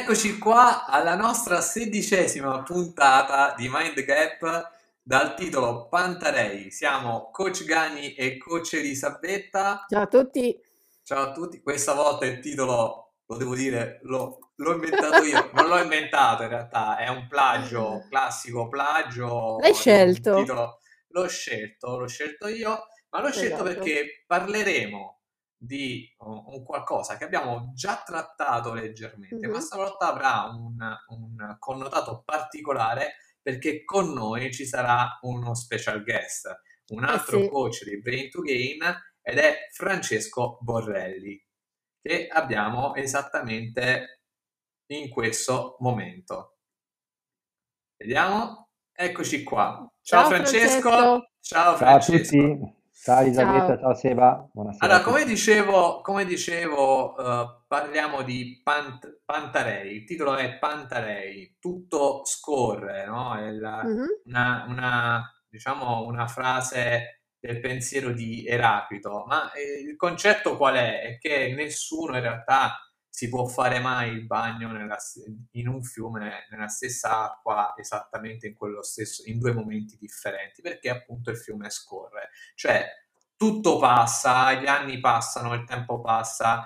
Eccoci qua alla nostra 16ª puntata di Mind Gap dal titolo Pantarei. Siamo Coach Gani e Coach Elisabetta. Ciao a tutti. Ciao a tutti. Questa volta il titolo, lo devo dire, l'ho inventato io. Non l'ho inventato in realtà, è un plagio, classico plagio L'hai di un scelto. titolo. L'ho scelto io, ma l'ho scelto Esatto. perché parleremo di un qualcosa che abbiamo già trattato leggermente, ma stavolta avrà un connotato particolare perché con noi ci sarà uno special guest, un altro sì. coach di Brain to Gain ed è Francesco Borrelli, che abbiamo esattamente in questo momento. Vediamo, eccoci qua. Ciao Francesco. Ciao Ciao a Francesco. tutti, ciao Elisabetta, ciao Seba, buonasera. Allora, come dicevo, parliamo di Pantarei, il titolo è Pantarei, tutto scorre, no? È diciamo una frase del pensiero di Eraclito, ma il concetto qual è? È che nessuno in realtà si può fare mai il bagno in un fiume, nella stessa acqua, esattamente in due momenti differenti, perché appunto il fiume scorre. Cioè, tutto passa, gli anni passano, il tempo passa,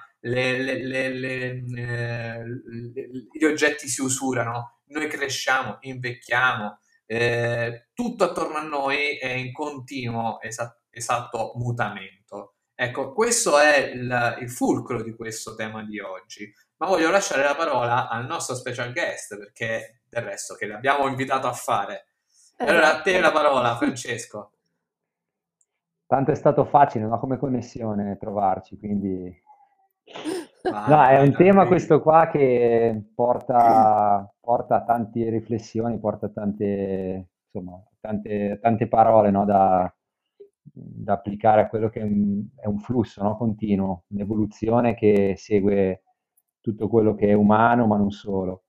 gli oggetti si usurano, noi cresciamo, invecchiamo, tutto attorno a noi è in continuo esatto mutamento. Ecco, questo è il fulcro di questo tema di oggi, ma voglio lasciare la parola al nostro special guest, perché del resto che l'abbiamo invitato a fare. Allora, a te la parola, Francesco. Tanto è stato facile, no? Come connessione trovarci, quindi... No, è un tema questo qua che porta a tante riflessioni, porta a tante, insomma, tante parole, no? Da applicare a quello che è un flusso, no? Continuo, un'evoluzione che segue tutto quello che è umano, ma non solo.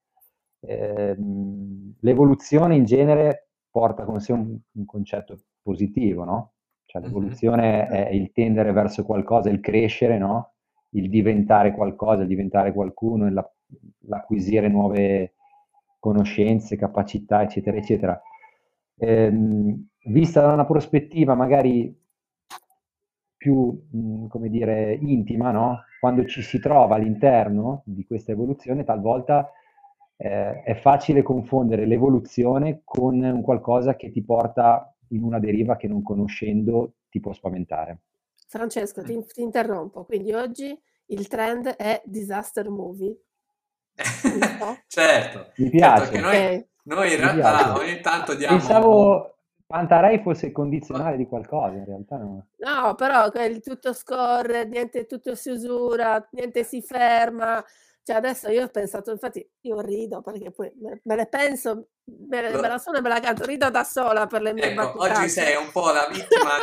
L'evoluzione in genere porta con sé un concetto positivo, no? Cioè l'evoluzione è il tendere verso qualcosa, il crescere, no? Il diventare qualcosa, il diventare qualcuno, l'acquisire nuove conoscenze, capacità, eccetera, eccetera. Vista da una prospettiva magari più, come dire, intima, no? Quando ci si trova all'interno di questa evoluzione, talvolta è facile confondere l'evoluzione con un qualcosa che ti porta in una deriva che non conoscendo ti può spaventare. Francesco, ti interrompo. Quindi oggi il trend è disaster movie. Certo, mi piace. Certo, che noi in realtà ogni tanto diamo... Pensavo Pantarei fosse condizionale di qualcosa, in realtà no. No, però tutto scorre, niente, tutto si usura, niente si ferma. Cioè adesso io ho pensato, infatti io rido perché poi me le penso, me la suono e me la canto, rido da sola per le mie battutacce. Oggi sei un po' la vittima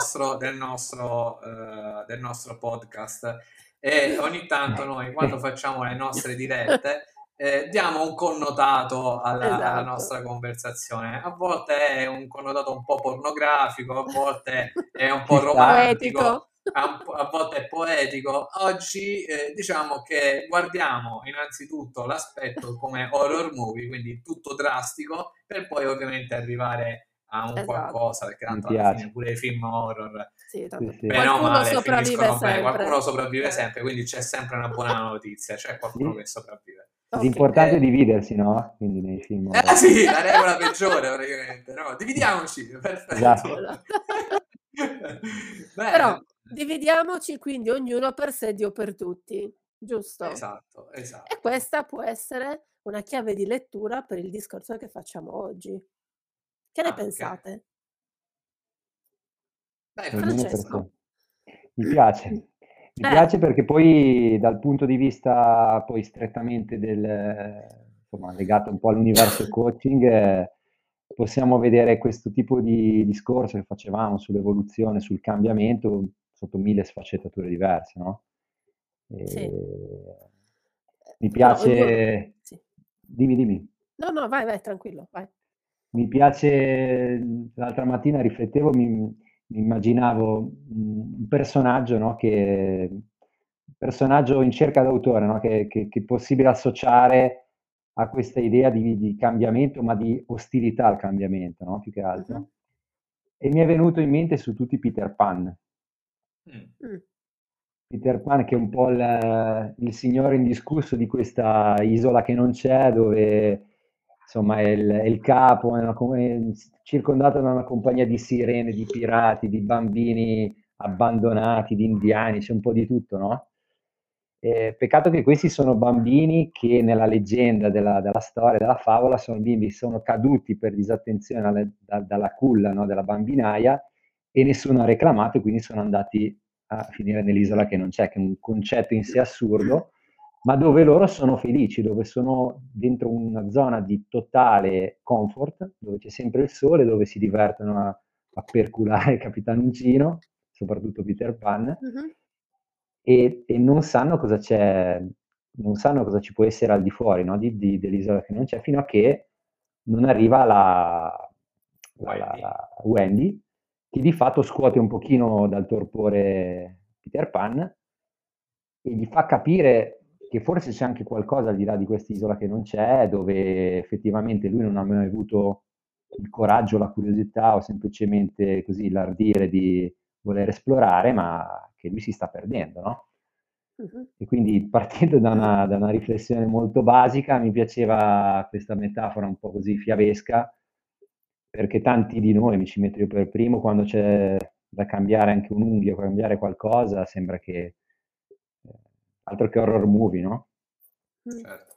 del nostro podcast e ogni tanto noi quando facciamo le nostre dirette diamo un connotato alla nostra conversazione. A volte è un connotato un po' pornografico, a volte è un po' romantico. A volte è poetico. Oggi diciamo che guardiamo innanzitutto l'aspetto come horror movie, quindi tutto drastico, per poi ovviamente arrivare a un qualcosa, perché tanto alla fine pure i film horror bene o male finiscono bene, qualcuno sopravvive sempre, quindi c'è sempre una buona notizia, c'è qualcuno che sopravvive. L'importante è dividersi, no? Quindi nei film sì, la regola peggiore praticamente, no? Dividiamoci, perfetto. Esatto. Però dividiamoci, quindi ognuno per sé, Dio per tutti, giusto? Esatto. E questa può essere una chiave di lettura per il discorso che facciamo oggi. Che ne pensate? Francesco. Mi piace perché poi dal punto di vista poi strettamente insomma, legato un po' all'universo coaching, possiamo vedere questo tipo di discorso che facevamo sull'evoluzione, sul cambiamento, sotto 1000 sfaccettature diverse, no? Mi piace... Dimmi. No, vai, tranquillo, vai. Mi piace, l'altra mattina riflettevo, mi immaginavo un personaggio, no? Un personaggio in cerca d'autore, no? Che è possibile associare ha questa idea di cambiamento, ma di ostilità al cambiamento, no? Più che altro. E mi è venuto in mente su tutti Peter Pan. Peter Pan che è un po' il signore indiscusso di questa isola che non c'è, dove insomma è il capo, è circondato da una compagnia di sirene, di pirati, di bambini abbandonati, di indiani, c'è un po' di tutto, no? Peccato che questi sono bambini che nella leggenda della storia, della favola, sono bimbi, sono caduti per disattenzione dalla culla, no, della bambinaia, e nessuno ha reclamato, e quindi sono andati a finire nell'isola che non c'è, che è un concetto in sé assurdo, ma dove loro sono felici, dove sono dentro una zona di totale comfort, dove c'è sempre il sole, dove si divertono a perculare il Capitano Uncino, soprattutto Peter Pan, e non sanno cosa c'è, non sanno cosa ci può essere al di fuori, no, dell'isola che non c'è, fino a che non arriva la Wendy, che di fatto scuote un pochino dal torpore Peter Pan e gli fa capire che forse c'è anche qualcosa al di là di quest'isola che non c'è, dove effettivamente lui non ha mai avuto il coraggio, la curiosità o semplicemente così l'ardire di voler esplorare, ma che lui si sta perdendo, no? E quindi partendo da una riflessione molto basica, mi piaceva questa metafora un po' così fiabesca, perché tanti di noi, mi ci metto io per primo, quando c'è da cambiare anche un'unghia, cambiare qualcosa, sembra che altro che horror movie, no? Certo.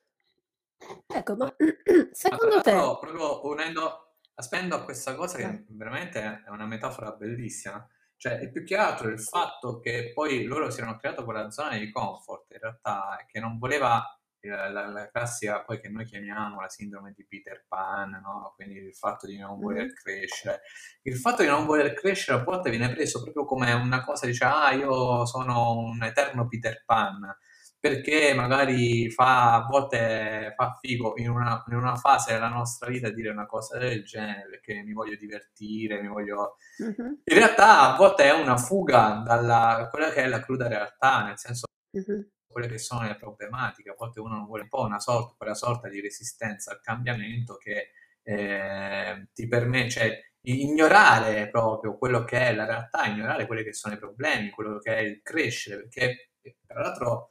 Ecco, ma Ma secondo tra te... l'altro, proprio spendo a questa cosa che veramente è una metafora bellissima, cioè è più che altro il fatto che poi loro si erano creato quella zona di comfort, in realtà, che non voleva la classica, poi che noi chiamiamo la sindrome di Peter Pan, no? Quindi il fatto di non voler crescere. Il fatto di non voler crescere a volte viene preso proprio come una cosa, dice, io sono un eterno Peter Pan, perché magari a volte fa figo in una fase della nostra vita dire una cosa del genere, perché mi voglio divertire, In realtà a volte è una fuga dalla quella che è la cruda realtà, nel senso quelle che sono le problematiche, a volte uno non vuole un po' quella sorta di resistenza al cambiamento che ti permette, cioè ignorare proprio quello che è la realtà, ignorare quelli che sono i problemi, quello che è il crescere, perché tra l'altro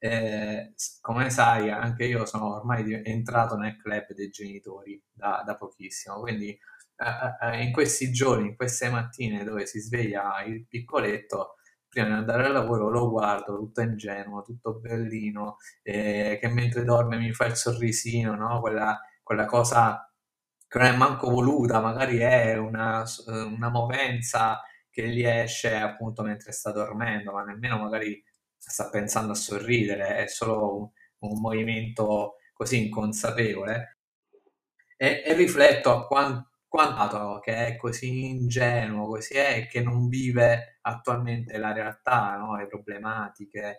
come sai, anche io sono ormai entrato nel club dei genitori da pochissimo, quindi in questi giorni, in queste mattine dove si sveglia il piccoletto, prima di andare al lavoro lo guardo tutto ingenuo, tutto bellino, che mentre dorme mi fa il sorrisino, no? Quella cosa che non è manco voluta, magari è una movenza che gli esce appunto mentre sta dormendo, ma nemmeno magari sta pensando a sorridere, è solo un movimento così inconsapevole. E rifletto a quanto che è così ingenuo, così è, e che non vive attualmente la realtà, no? Le problematiche,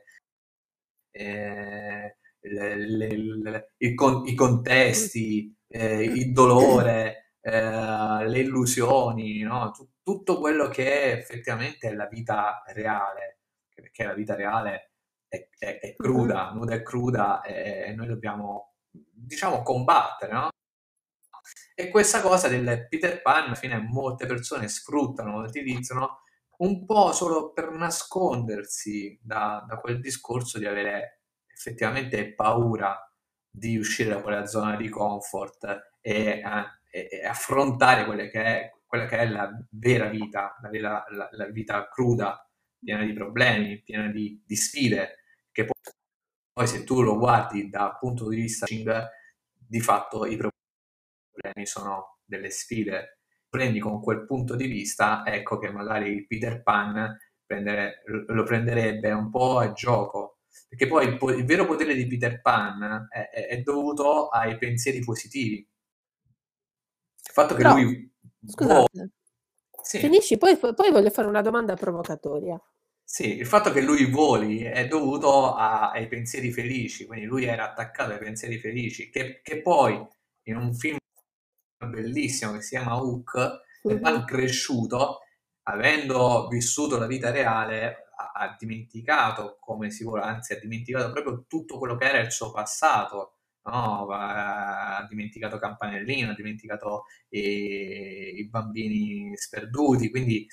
i contesti, il dolore, le illusioni, no? Tutto quello che effettivamente è la vita reale, perché la vita reale è cruda, nuda e cruda, e noi dobbiamo, diciamo, combattere, no? E questa cosa del Peter Pan, alla fine, molte persone sfruttano, utilizzano un po' solo per nascondersi da quel discorso di avere effettivamente paura di uscire da quella zona di comfort e affrontare quella che è la vera vita, la vita cruda, piena di problemi, piena di sfide, che poi se tu lo guardi dal punto di vista di fatto i problemi sono delle sfide. Prendi con quel punto di vista, ecco che magari il Peter Pan lo prenderebbe un po' a gioco, perché poi il vero potere di Peter Pan è dovuto ai pensieri positivi. Il fatto che Però, lui scusate, sì, finisci, poi voglio fare una domanda provocatoria. sì, il fatto che lui voli è dovuto ai pensieri felici, quindi lui era attaccato ai pensieri felici, che poi in un film bellissimo che si chiama Hook, Pan cresciuto, avendo vissuto la vita reale, ha dimenticato come si vuole, anzi ha dimenticato proprio tutto quello che era il suo passato, no? Ha dimenticato Campanellino, ha dimenticato i bambini sperduti, quindi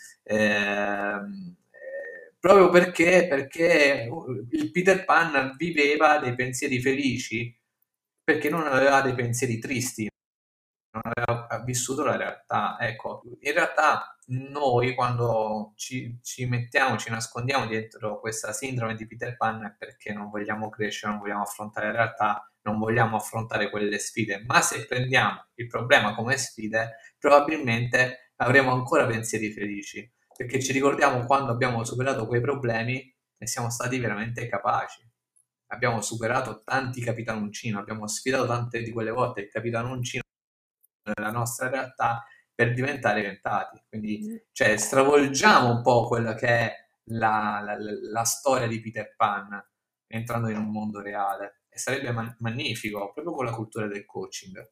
proprio perché il Peter Pan viveva dei pensieri felici, perché non aveva dei pensieri tristi, non aveva vissuto la realtà. Ecco, in realtà noi quando ci mettiamo, ci nascondiamo dietro questa sindrome di Peter Pan è perché non vogliamo crescere, non vogliamo affrontare la realtà, non vogliamo affrontare quelle sfide. Ma se prendiamo il problema come sfide, probabilmente avremo ancora pensieri felici, perché ci ricordiamo quando abbiamo superato quei problemi e siamo stati veramente capaci. Abbiamo superato tanti Capitanoncino, abbiamo sfidato tante di quelle volte il Capitanoncino nella nostra realtà per diventare diventati. Quindi, cioè, stravolgiamo un po' quella che è la storia di Peter Pan entrando in un mondo reale. E sarebbe magnifico, proprio con la cultura del coaching.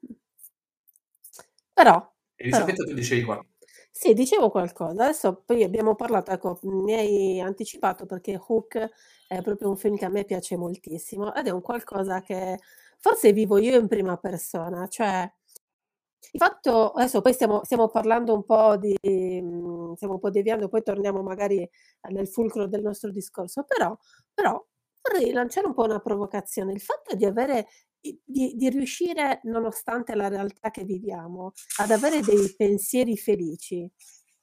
Però, Elisabetta, tu dicevi qua. Sì, dicevo qualcosa. Adesso poi abbiamo parlato, ecco, mi hai anticipato perché Hook è proprio un film che a me piace moltissimo ed è un qualcosa che forse vivo io in prima persona, cioè il fatto adesso poi stiamo parlando un po' stiamo un po' deviando, poi torniamo magari nel fulcro del nostro discorso, però vorrei lanciare un po' una provocazione. Il fatto di avere di riuscire, nonostante la realtà che viviamo, ad avere dei pensieri felici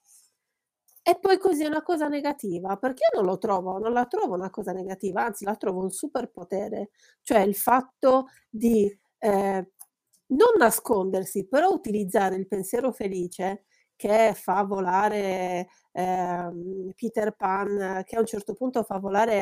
e poi così è una cosa negativa, perché io non la trovo una cosa negativa, anzi la trovo un superpotere, cioè il fatto di, non nascondersi, però utilizzare il pensiero felice che fa volare, Peter Pan, che a un certo punto fa volare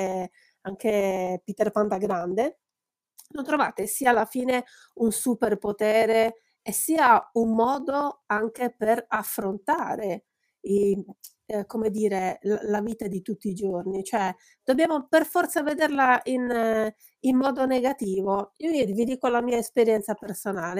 anche Peter Pan da grande. Non trovate sia alla fine un superpotere e sia un modo anche per affrontare i come dire, la vita di tutti i giorni, cioè dobbiamo per forza vederla in modo negativo. Io vi dico la mia esperienza personale.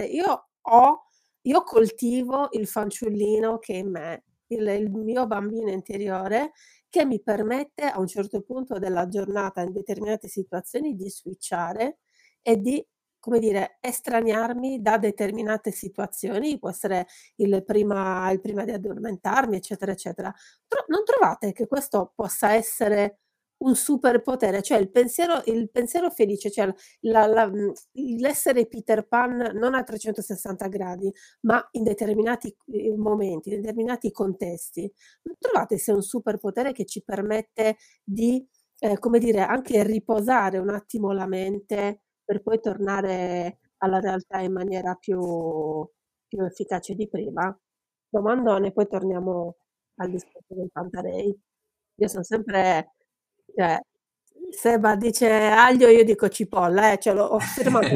Io coltivo il fanciullino che è in me, il mio bambino interiore che mi permette a un certo punto della giornata, in determinate situazioni, di switchare e di, come dire, estraniarmi da determinate situazioni, può essere il prima di addormentarmi, eccetera, eccetera. Però non trovate che questo possa essere un superpotere? Cioè il pensiero felice, cioè l'essere Peter Pan non a 360 gradi, ma in determinati momenti, in determinati contesti. Non trovate sia un superpotere che ci permette di, come dire, anche riposare un attimo la mente per poi tornare alla realtà in maniera più efficace di prima? Domandone, poi torniamo al discorso del Pantarei. Io son sempre cioè, Seba dice aglio, io dico cipolla, cioè ho firmato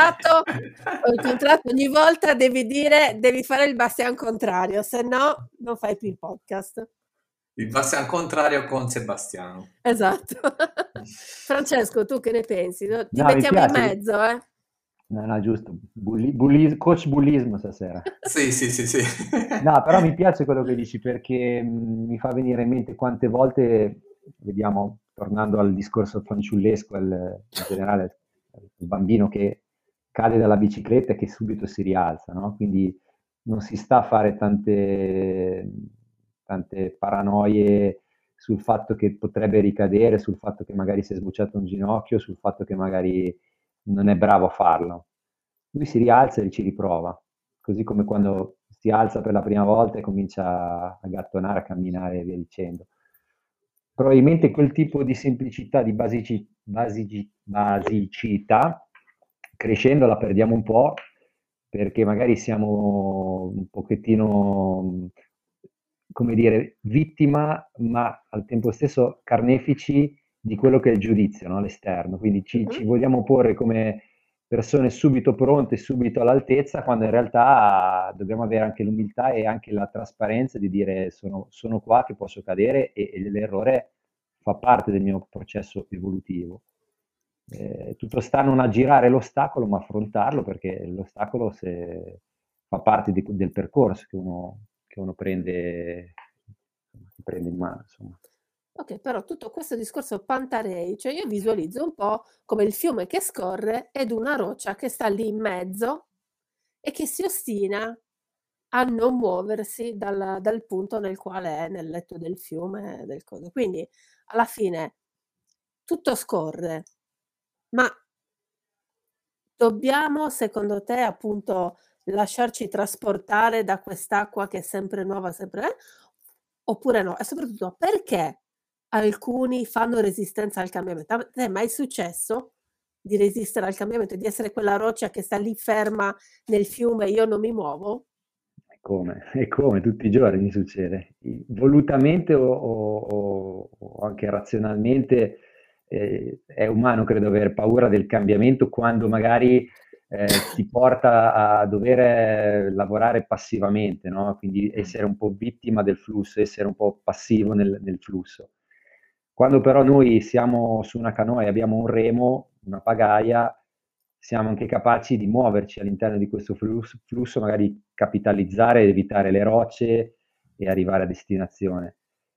il contratto ogni volta devi fare il bastian contrario, se no non fai più il podcast. Il bastian contrario con Sebastiano. Esatto. Francesco, tu che ne pensi? Ti No, mi mettiamo in piace. mezzo, eh? No, giusto. Coach bullismo stasera. Sì. No, però mi piace quello che dici perché mi fa venire in mente quante volte, vediamo, tornando al discorso fanciullesco, in generale, il bambino che cade dalla bicicletta e che subito si rialza, no? Quindi non si sta a fare tante paranoie sul fatto che potrebbe ricadere, sul fatto che magari si è sbucciato un ginocchio, sul fatto che magari non è bravo a farlo. Lui si rialza e ci riprova, così come quando si alza per la prima volta e comincia a gattonare, a camminare e via dicendo. Probabilmente quel tipo di semplicità, di basicità, crescendo la perdiamo un po' perché magari siamo un pochettino, come dire, vittima, ma al tempo stesso carnefici di quello che è il giudizio, no? All'esterno. Quindi ci vogliamo porre come persone subito pronte, subito all'altezza, quando in realtà dobbiamo avere anche l'umiltà e anche la trasparenza di dire sono qua che posso cadere e l'errore fa parte del mio processo evolutivo. Tutto sta a non aggirare l'ostacolo, ma affrontarlo perché l'ostacolo fa parte del percorso che uno prende in mano. Insomma. Ok, però tutto questo discorso Pantarei, cioè io visualizzo un po' come il fiume che scorre ed una roccia che sta lì in mezzo e che si ostina a non muoversi dal punto nel quale è, nel letto del fiume, del coso. Quindi alla fine tutto scorre, ma dobbiamo, secondo te, appunto, lasciarci trasportare da quest'acqua che è sempre nuova, sempre, oppure no? E soprattutto, perché alcuni fanno resistenza al cambiamento? A te è mai successo di resistere al cambiamento, di essere quella roccia che sta lì ferma nel fiume e io non mi muovo? E come tutti i giorni mi succede, volutamente o anche razionalmente, è umano credo aver paura del cambiamento quando magari ti porta a dover lavorare passivamente, no? Quindi essere un po' vittima del flusso, essere un po' passivo nel flusso. Quando però noi siamo su una canoa e abbiamo un remo, una pagaia, siamo anche capaci di muoverci all'interno di questo flusso, magari capitalizzare, evitare le rocce e arrivare a destinazione.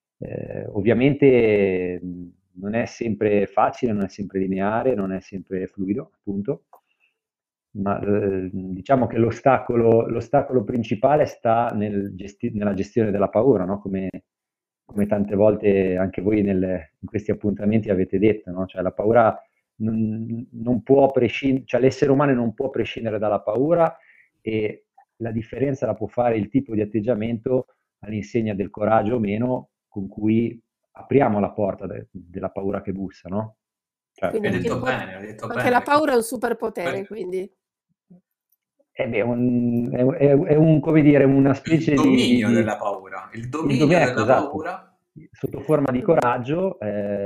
Ovviamente non è sempre facile, non è sempre lineare, non è sempre fluido, appunto, ma diciamo che l'ostacolo principale sta nella gestione della paura, no? Come tante volte anche voi in questi appuntamenti avete detto, no? Cioè la paura non può prescindere, cioè l'essere umano non può prescindere dalla paura e la differenza la può fare il tipo di atteggiamento all'insegna del coraggio o meno con cui apriamo la porta della paura che bussa, no? Cioè, Quindi Hai anche, detto bene, hai detto anche la bene. paura è un superpotere, quindi. beh, come dire, una Il specie dominio della paura, il dominio ecco, della esatto, paura. sotto forma di Mhm. coraggio,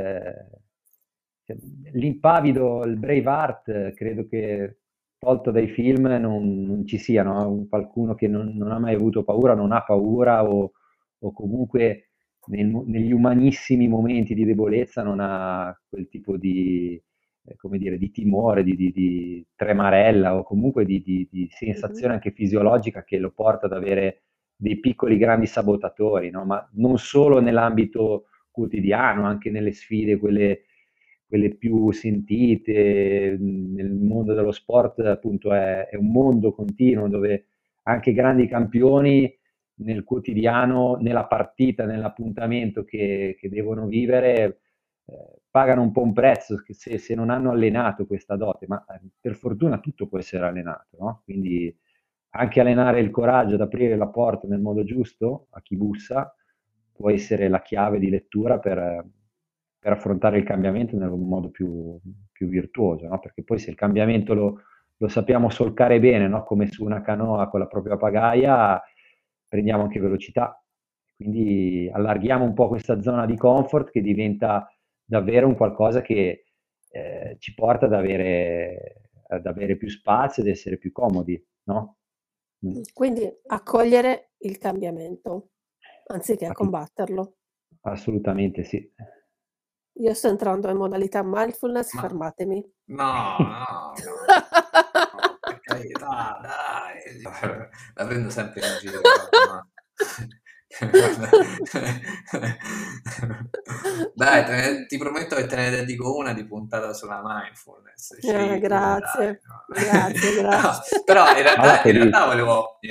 cioè, l'impavido, il Braveheart, credo che tolto dai film non ci sia, no? Qualcuno che non ha mai avuto paura, non ha paura o comunque negli umanissimi momenti di debolezza non ha quel tipo di, come dire, di timore, di tremarella o comunque di Mhm. sensazione anche fisiologica che lo porta ad avere dei piccoli grandi sabotatori, no? Ma non solo nell'ambito quotidiano, anche nelle sfide, quelle più sentite, nel mondo dello sport appunto è un mondo continuo dove anche grandi campioni nel quotidiano, nella partita, nell'appuntamento che devono vivere, pagano un po' un prezzo se non hanno allenato questa dote, ma per fortuna tutto può essere allenato, no? Quindi anche allenare il coraggio ad aprire la porta nel modo giusto a chi bussa può essere la chiave di lettura per affrontare il cambiamento nel modo più virtuoso, no? Perché poi se il cambiamento lo sappiamo solcare bene, no? Come su una canoa con la propria pagaia, prendiamo anche velocità. Quindi allarghiamo un po' questa zona di comfort che diventa davvero un qualcosa che ci porta ad avere più spazio, ad essere più comodi, no? Quindi accogliere il cambiamento anziché Assolut- combatterlo. Assolutamente sì. Io sto entrando in modalità mindfulness, Ma fermatemi. no, per carità, dai. La prendo sempre in giro, guarda, ma... Guarda. Dai, ti prometto che te ne dedico una di puntata sulla mindfulness. Dai, Grazie, no. grazie, No, grazie. però Ma va in realtà felice.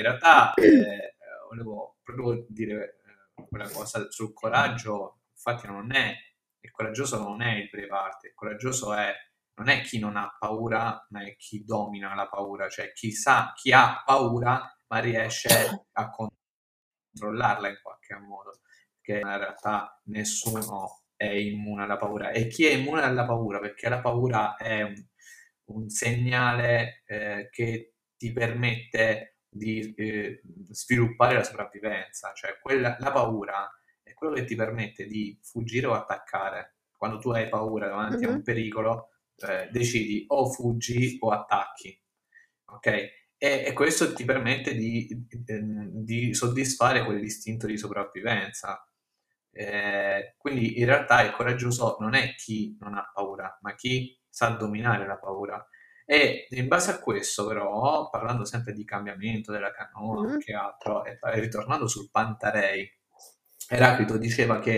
volevo proprio dire quella cosa sul coraggio. Infatti il coraggioso non è il Braveheart, il coraggioso non è chi non ha paura, ma è chi domina la paura, cioè chi ha paura ma riesce a controllarla in qualche modo, perché in realtà nessuno è immune alla paura. E chi è immune alla paura? Perché la paura è un segnale che ti permette di sviluppare la sopravvivenza, cioè la paura è quello che ti permette di fuggire o attaccare. Quando tu hai paura davanti a un Mhm. pericolo, decidi o fuggi o attacchi, ok? E questo ti permette di soddisfare quell'istinto di sopravvivenza. Quindi in realtà il coraggioso non è chi non ha paura, ma chi sa dominare la paura. E in base a questo, però, parlando sempre di cambiamento della canoa, Mhm. che altro, e ritornando sul Pantarei, Eraclito diceva che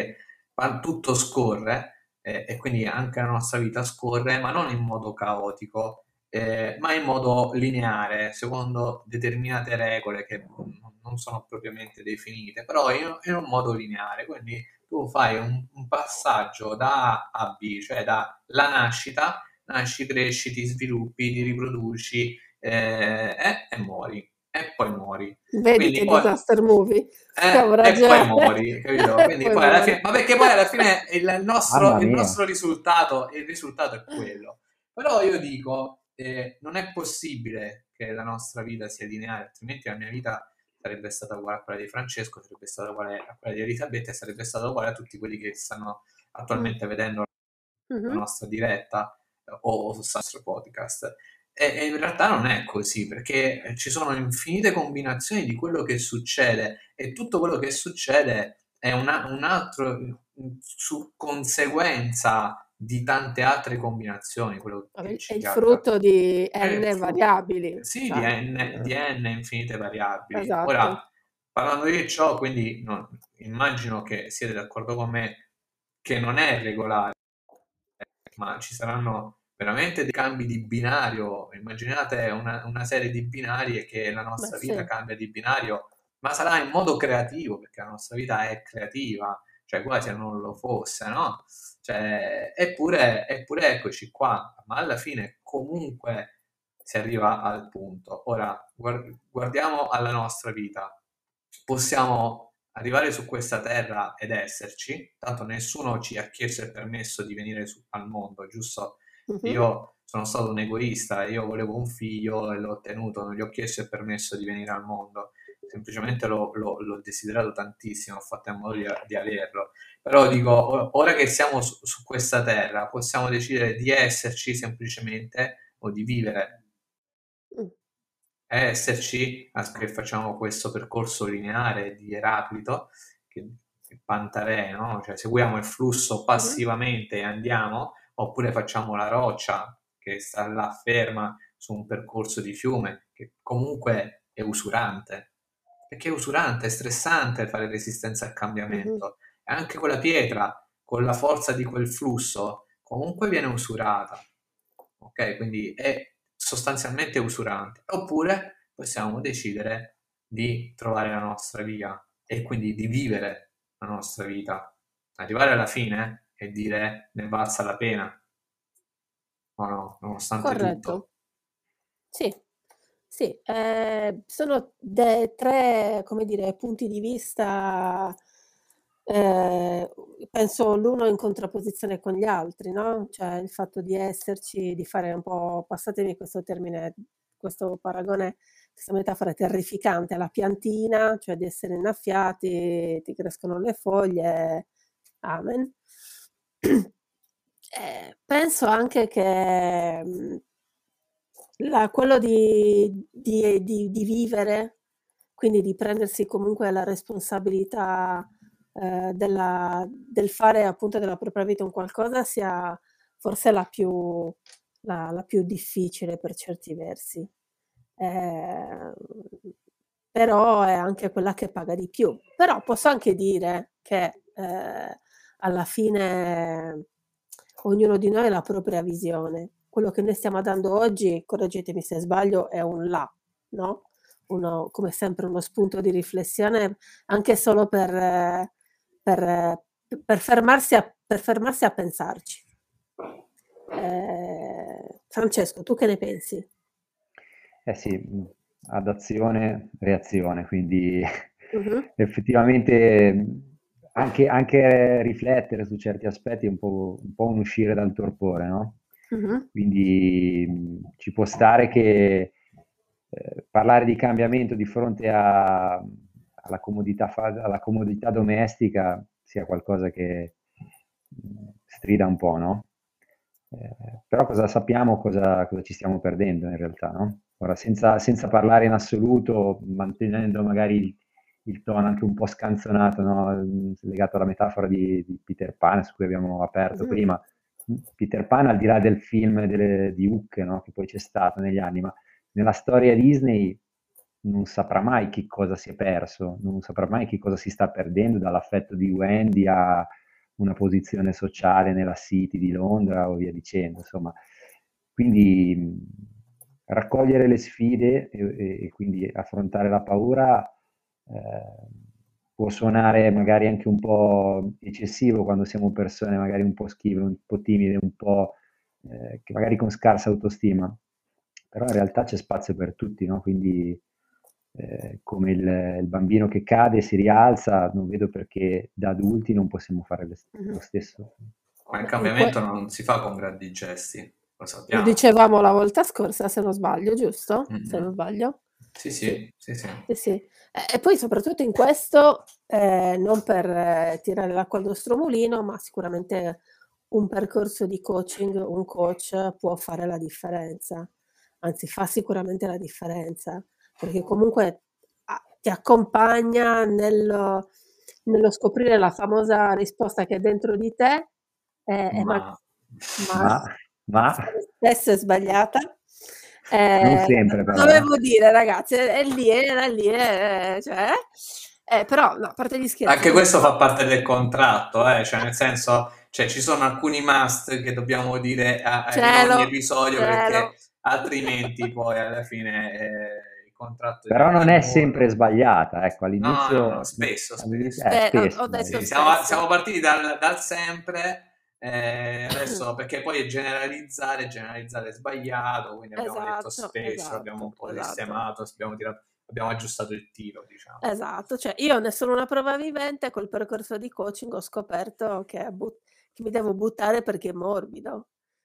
tutto scorre e quindi anche la nostra vita scorre, ma non in modo caotico, ma in modo lineare, secondo determinate regole che non sono propriamente definite, però in un modo lineare. Quindi tu fai un passaggio da A a B, cioè dalla nascita, nasci, cresci, ti sviluppi, ti riproduci e muori. E poi muori. Vedi Quindi che poi, disaster movie. Stiamo e poi ragionando. muori, capito? E Quindi poi poi alla muori. fine, ma perché poi alla fine il Mamma mia. nostro risultato, il risultato è quello. Però io dico, non è possibile che la nostra vita sia lineare, altrimenti la mia vita sarebbe stata uguale a quella di Francesco, sarebbe stata uguale a quella di Elisabetta e sarebbe stata uguale a tutti quelli che stanno attualmente vedendo la Mhm. nostra diretta o sul nostro podcast. E in realtà non è così, perché ci sono infinite combinazioni di quello che succede e tutto quello che succede è un altro conseguenza di tante altre combinazioni, quello Vabbè, che è ci il capita. frutto di È il n variabili, sì, cioè, di n infinite variabili. Ora, esatto. parlando di ciò, quindi immagino che siete d'accordo con me che non è regolare, ma ci saranno veramente dei cambi di binario. Immaginate una serie di binari e che la Ma nostra vita sì. cambia di binario, ma sarà in modo creativo, perché la nostra vita è creativa, cioè quasi se non lo fosse, no? Cioè, eppure eccoci qua, ma alla fine comunque si arriva al punto. Ora, guardiamo alla nostra vita. Possiamo arrivare su questa terra ed esserci, tanto nessuno ci ha chiesto il permesso di venire al mondo, giusto? Mhm. Io sono stato un egoista, io volevo un figlio e l'ho ottenuto, non gli ho chiesto il permesso di venire al mondo, semplicemente l'ho desiderato tantissimo, ho fatto in modo di averlo. Però dico, ora che siamo su questa terra, possiamo decidere di esserci semplicemente o di vivere. Mm. Esserci, che facciamo questo percorso lineare di Eraclito, che Pantarei, no? Cioè seguiamo il flusso Mhm. passivamente e andiamo, oppure facciamo la roccia che sta là ferma su un percorso di fiume, che comunque è usurante, perché è usurante, è stressante fare resistenza al Mhm. cambiamento, e anche quella pietra, con la forza di quel flusso, comunque viene usurata, ok? Quindi è sostanzialmente usurante. Oppure possiamo decidere di trovare la nostra via e quindi di vivere la nostra vita, arrivare alla fine e dire ne valsa la pena, o no, nonostante tutto. Corretto. Sì, sì, sono tre, come dire, punti di vista, eh, penso l'uno in contrapposizione con gli altri, no? Cioè il fatto di esserci, di fare un po', passatemi questo termine, questo paragone, questa metafora terrificante, alla piantina, cioè di essere innaffiati, ti crescono le foglie, amen. Penso anche che quello di vivere, quindi di prendersi comunque la responsabilità del fare appunto della propria vita un qualcosa sia forse la più difficile per certi versi. Eh, Però è anche quella che paga di più. Però posso anche dire che alla fine ognuno di noi ha la propria visione. Quello che noi stiamo dando oggi, correggetemi se sbaglio, è un là, no? Come sempre uno spunto di riflessione anche solo per, per fermarsi a pensarci. Francesco, tu che ne pensi? Eh sì, ad azione, reazione, quindi Mhm, effettivamente anche riflettere su certi aspetti è un po' un uscire dal torpore, no? mhm, Quindi ci può stare che parlare di cambiamento di fronte alla comodità domestica sia qualcosa che strida un po', no? Però cosa sappiamo, cosa ci stiamo perdendo in realtà, no? Ora, senza parlare in assoluto, mantenendo magari il tono anche un po' scanzonato, no? Legato alla metafora di Peter Pan, su cui abbiamo aperto mhm. prima. Peter Pan, al di là del film di Hook, no? Che poi c'è stato negli anni, ma nella storia Disney non saprà mai che cosa si è perso, non saprà mai che cosa si sta perdendo, dall'affetto di Wendy una posizione sociale nella City di Londra o via dicendo, insomma. Quindi raccogliere le sfide e quindi affrontare la paura può suonare magari anche un po' eccessivo quando siamo persone magari un po' schive, un po' timide, un po' che magari con scarsa autostima, però in realtà c'è spazio per tutti, no? Quindi come il bambino che cade e si rialza, non vedo perché da adulti non possiamo fare lo stesso. Ma il cambiamento non si fa con grandi gesti, lo Lo sappiamo. dicevamo la volta scorsa, se non sbaglio, giusto? Mm-hmm. Se non sbaglio. Sì. Sì. E poi soprattutto in questo, non per tirare l'acqua al nostro mulino, ma sicuramente un percorso di coaching, un coach può fare la differenza, anzi fa sicuramente la differenza, perché comunque ti accompagna nello scoprire la famosa risposta che è dentro di te, ma spesso è sbagliata. Non sempre, però. Dovevo dire, ragazzi, era lì, cioè, però, no, a parte gli scherzi. Anche questo fa parte del contratto, cioè nel senso, cioè ci sono alcuni must che dobbiamo dire in ogni episodio, perché altrimenti poi alla fine il contratto... Però non è sempre sbagliata, ecco, all'inizio... No, spesso. Ho detto sì, siamo partiti dal sempre... adesso perché poi generalizzare è sbagliato, quindi abbiamo detto spesso, abbiamo un po' sistemato, abbiamo aggiustato il tiro, diciamo. Esatto, cioè io ne sono una prova vivente. Col percorso di coaching ho scoperto che mi devo buttare perché è morbido,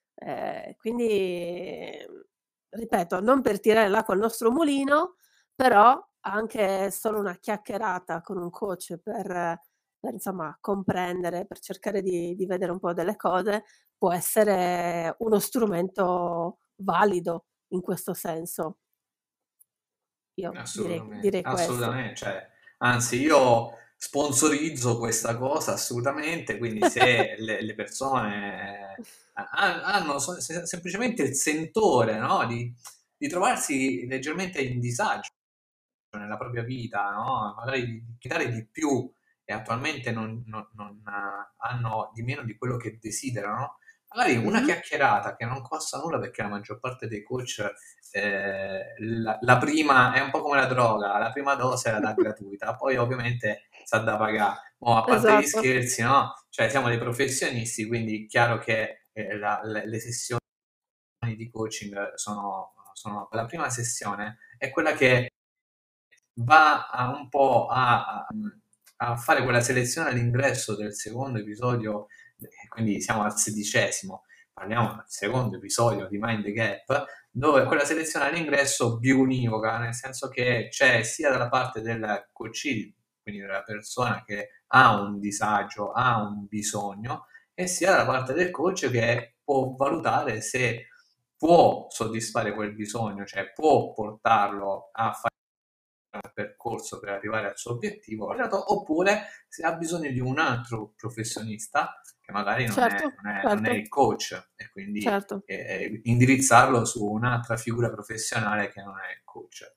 quindi ripeto, non per tirare l'acqua al nostro mulino, però anche solo una chiacchierata con un coach per insomma comprendere, per cercare di vedere un po' delle cose, può essere uno strumento valido in questo senso. Io direi assolutamente, cioè, anzi io sponsorizzo questa cosa assolutamente, quindi se le persone hanno semplicemente il sentore, no? di trovarsi leggermente in disagio nella propria vita, no? Magari di chiedere di più e attualmente non hanno di meno di quello che desiderano, magari una chiacchierata che non costa nulla, perché la maggior parte dei coach la prima è un po' come la droga, la prima dose la dà gratuita, poi ovviamente sa da pagare. A parte gli scherzi, no? Cioè siamo dei professionisti, quindi chiaro che le sessioni di coaching sono la prima sessione è quella che va un po' a fare quella selezione all'ingresso del secondo episodio, quindi siamo al 16°, parliamo del secondo episodio di Mind the Gap, dove quella selezione all'ingresso biunivoca, nel senso che c'è sia dalla parte del coach, quindi della persona che ha un disagio, ha un bisogno, e sia dalla parte del coach che può valutare se può soddisfare quel bisogno, cioè può portarlo a fare un percorso per arrivare al suo obiettivo, oppure se ha bisogno di un altro professionista che magari non è il coach, e quindi indirizzarlo su un'altra figura professionale che non è il coach.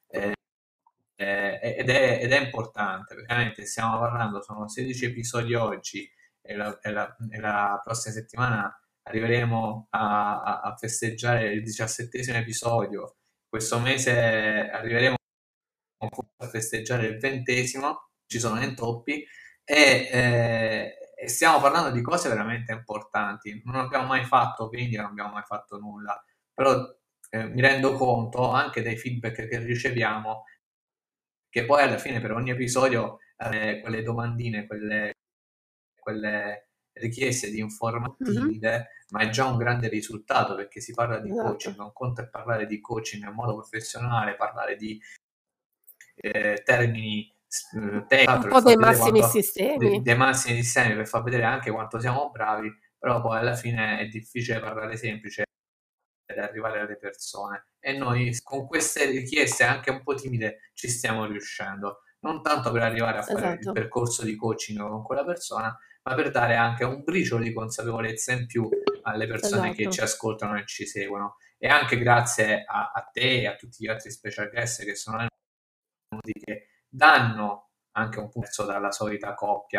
Ed è importante, perché veramente stiamo parlando, sono 16 episodi oggi e la prossima settimana arriveremo a festeggiare il 17° episodio, questo mese arriveremo a festeggiare il 20°, ci sono intoppi e stiamo parlando di cose veramente importanti. Non abbiamo mai fatto vendita, non abbiamo mai fatto nulla, però mi rendo conto anche dai feedback che riceviamo che poi alla fine per ogni episodio quelle domandine, quelle richieste di informative, ma è già un grande risultato, perché si parla di coaching, un conto è parlare di coaching in modo professionale, parlare di termini un po' dei massimi sistemi, dei massimi sistemi, per far vedere anche quanto siamo bravi, però poi alla fine è difficile parlare semplice ed arrivare alle persone, e noi con queste richieste anche un po' timide ci stiamo riuscendo, non tanto per arrivare a fare il percorso di coaching con quella persona, ma per dare anche un briciolo di consapevolezza in più alle persone che ci ascoltano e ci seguono, e anche grazie a te e a tutti gli altri special guest che sono venuti, che danno anche un pezzo dalla solita coppia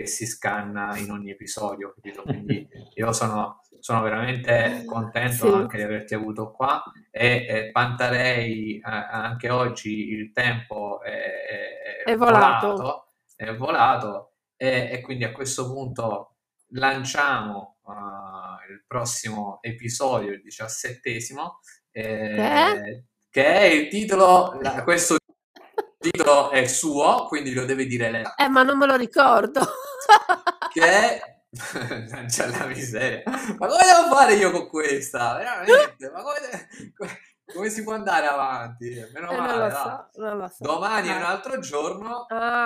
che si scanna in ogni episodio, capito? Quindi io sono veramente contento anche di averti avuto qua, e Pantarei anche oggi il tempo è volato, e quindi a questo punto lanciamo il prossimo episodio, il 17esimo, che è il titolo, questo titolo è suo, quindi lo deve dire lei. Ma non me lo ricordo. Che è... c'è la miseria. Ma come devo fare io con questa? Veramente? Ma come si può andare avanti? Meno male, non lo so. Domani è un altro giorno.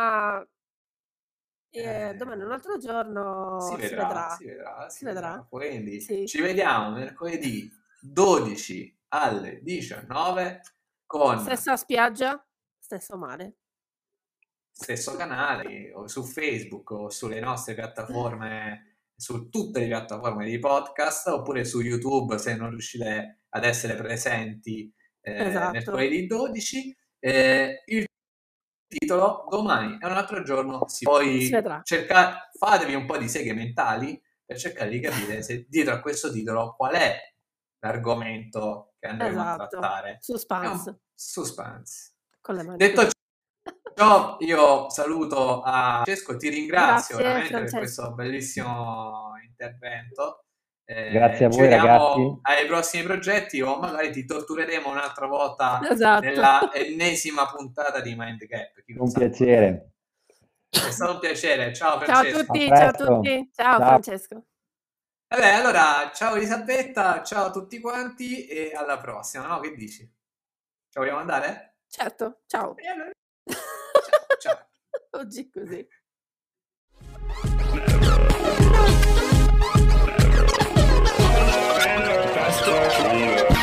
Domani è un altro giorno. Si vedrà. Quindi ci vediamo mercoledì 12 alle 19 con stessa spiaggia, stesso mare, stesso canale, o su Facebook o sulle nostre piattaforme, su tutte le piattaforme di podcast, oppure su YouTube se non riuscite ad essere presenti mercoledì 12. Il titolo domani è un altro giorno, poi cercare, fatevi un po' di seghe mentali per cercare di capire se dietro a questo titolo qual è l'argomento che andremo a trattare. Suspense. Con le mani. Detto ciò, io saluto a Francesco, ti ringrazio veramente per questo bellissimo intervento. Grazie a voi, ragazzi. Ai prossimi progetti, o magari ti tortureremo un'altra volta nella ennesima puntata di Mind Gap. Un piacere. È stato un piacere. Ciao Francesco. Ciao a tutti. Ciao Francesco. Vabbè, allora, ciao Elisabetta, ciao a tutti quanti e alla prossima, no? Che dici? Ci vogliamo andare? Certo, ciao. Allora... ciao. Oggi così. Faster.